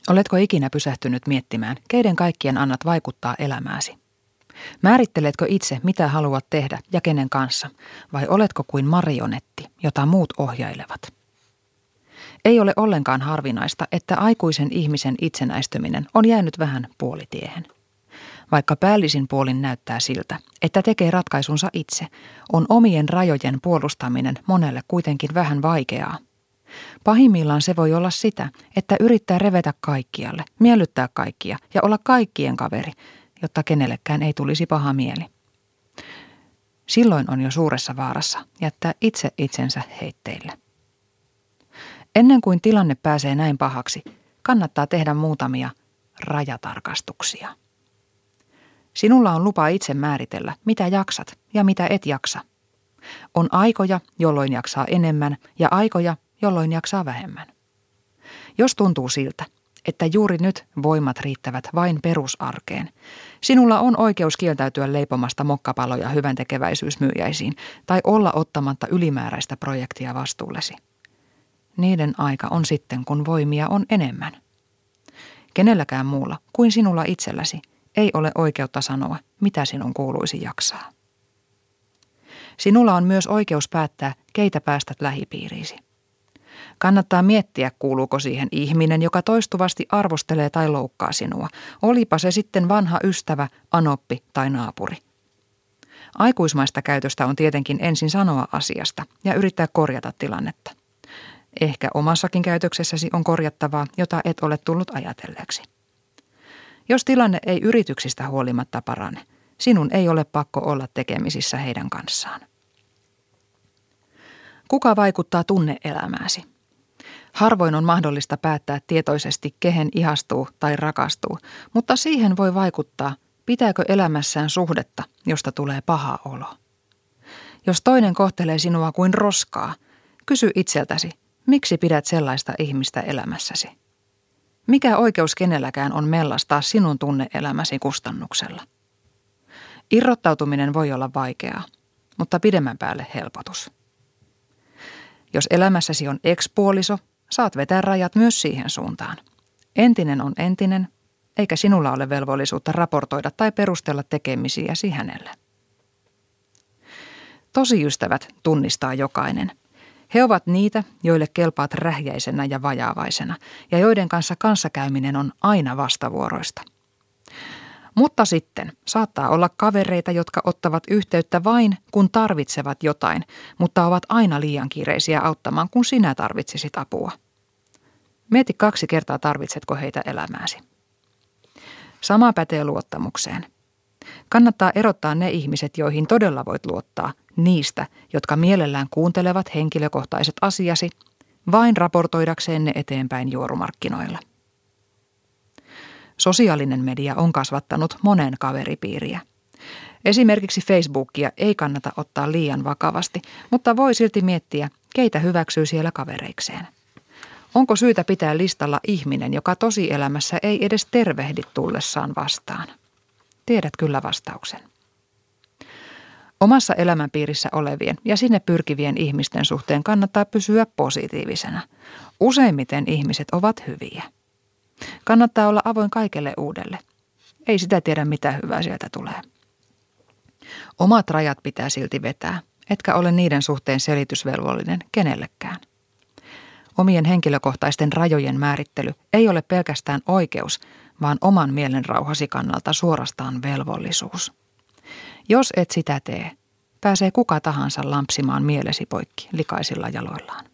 Oletko ikinä pysähtynyt miettimään, keiden kaikkien annat vaikuttaa elämääsi? Määritteletkö itse, mitä haluat tehdä ja kenen kanssa, vai oletko kuin marionetti, jota muut ohjailevat? Ei ole ollenkaan harvinaista, että aikuisen ihmisen itsenäistyminen on jäänyt vähän puolitiehen. Vaikka päällisin puolin näyttää siltä, että tekee ratkaisunsa itse, on omien rajojen puolustaminen monelle kuitenkin vähän vaikeaa. Pahimmillaan se voi olla sitä, että yrittää revetä kaikkialle, miellyttää kaikkia ja olla kaikkien kaveri, jotta kenellekään ei tulisi paha mieli. Silloin on jo suuressa vaarassa jättää itse itsensä heitteille. Ennen kuin tilanne pääsee näin pahaksi, kannattaa tehdä muutamia rajatarkastuksia. Sinulla on lupa itse määritellä, mitä jaksat ja mitä et jaksa. On aikoja, jolloin jaksaa enemmän ja aikoja, jolloin jaksaa vähemmän. Jos tuntuu siltä, että juuri nyt voimat riittävät vain perusarkeen, sinulla on oikeus kieltäytyä leipomasta mokkapaloja hyväntekeväisyysmyyjäisiin tai olla ottamatta ylimääräistä projektia vastuullesi. Niiden aika on sitten, kun voimia on enemmän. Kenelläkään muulla kuin sinulla itselläsi ei ole oikeutta sanoa, mitä sinun kuuluisi jaksaa. Sinulla on myös oikeus päättää, keitä päästät lähipiiriisi. Kannattaa miettiä, kuuluuko siihen ihminen, joka toistuvasti arvostelee tai loukkaa sinua, olipa se sitten vanha ystävä, anoppi tai naapuri. Aikuismaista käytöstä on tietenkin ensin sanoa asiasta ja yrittää korjata tilannetta. Ehkä omassakin käytöksessäsi on korjattavaa, jota et ole tullut ajatelleeksi. Jos tilanne ei yrityksistä huolimatta parane, sinun ei ole pakko olla tekemisissä heidän kanssaan. Kuka vaikuttaa tunne-elämääsi? Harvoin on mahdollista päättää tietoisesti, kehen ihastuu tai rakastuu, mutta siihen voi vaikuttaa, pitääkö elämässään suhdetta, josta tulee paha olo. Jos toinen kohtelee sinua kuin roskaa, kysy itseltäsi, miksi pidät sellaista ihmistä elämässäsi? Mikä oikeus kenelläkään on mellastaa sinun tunne-elämäsi kustannuksella? Irrottautuminen voi olla vaikeaa, mutta pidemmän päälle helpotus. Jos elämässäsi on ex-puoliso, saat vetää rajat myös siihen suuntaan. Entinen on entinen, eikä sinulla ole velvollisuutta raportoida tai perustella tekemisiäsi hänelle. Tosiystävät tunnistaa jokainen. He ovat niitä, joille kelpaat rähjäisenä ja vajaavaisena, ja joiden kanssa kanssakäyminen on aina vastavuoroista. Mutta sitten saattaa olla kavereita, jotka ottavat yhteyttä vain, kun tarvitsevat jotain, mutta ovat aina liian kiireisiä auttamaan, kun sinä tarvitsisit apua. Mieti 2 kertaa, tarvitsetko heitä elämääsi. Sama pätee luottamukseen. Kannattaa erottaa ne ihmiset, joihin todella voit luottaa, niistä, jotka mielellään kuuntelevat henkilökohtaiset asiasi, vain raportoidakseen ne eteenpäin juorumarkkinoilla. Sosiaalinen media on kasvattanut monen kaveripiiriä. Esimerkiksi Facebookia ei kannata ottaa liian vakavasti, mutta voi silti miettiä, keitä hyväksyy siellä kavereikseen. Onko syytä pitää listalla ihminen, joka tosielämässä ei edes tervehdi tullessaan vastaan? Tiedät kyllä vastauksen. Omassa elämänpiirissä olevien ja sinne pyrkivien ihmisten suhteen kannattaa pysyä positiivisena. Useimmiten ihmiset ovat hyviä. Kannattaa olla avoin kaikelle uudelle. Ei sitä tiedä, mitä hyvää sieltä tulee. Omat rajat pitää silti vetää, etkä ole niiden suhteen selitysvelvollinen kenellekään. Omien henkilökohtaisten rajojen määrittely ei ole pelkästään oikeus, vaan oman mielenrauhasi kannalta suorastaan velvollisuus. Jos et sitä tee, pääsee kuka tahansa lampsimaan mielesi poikki likaisilla jaloillaan.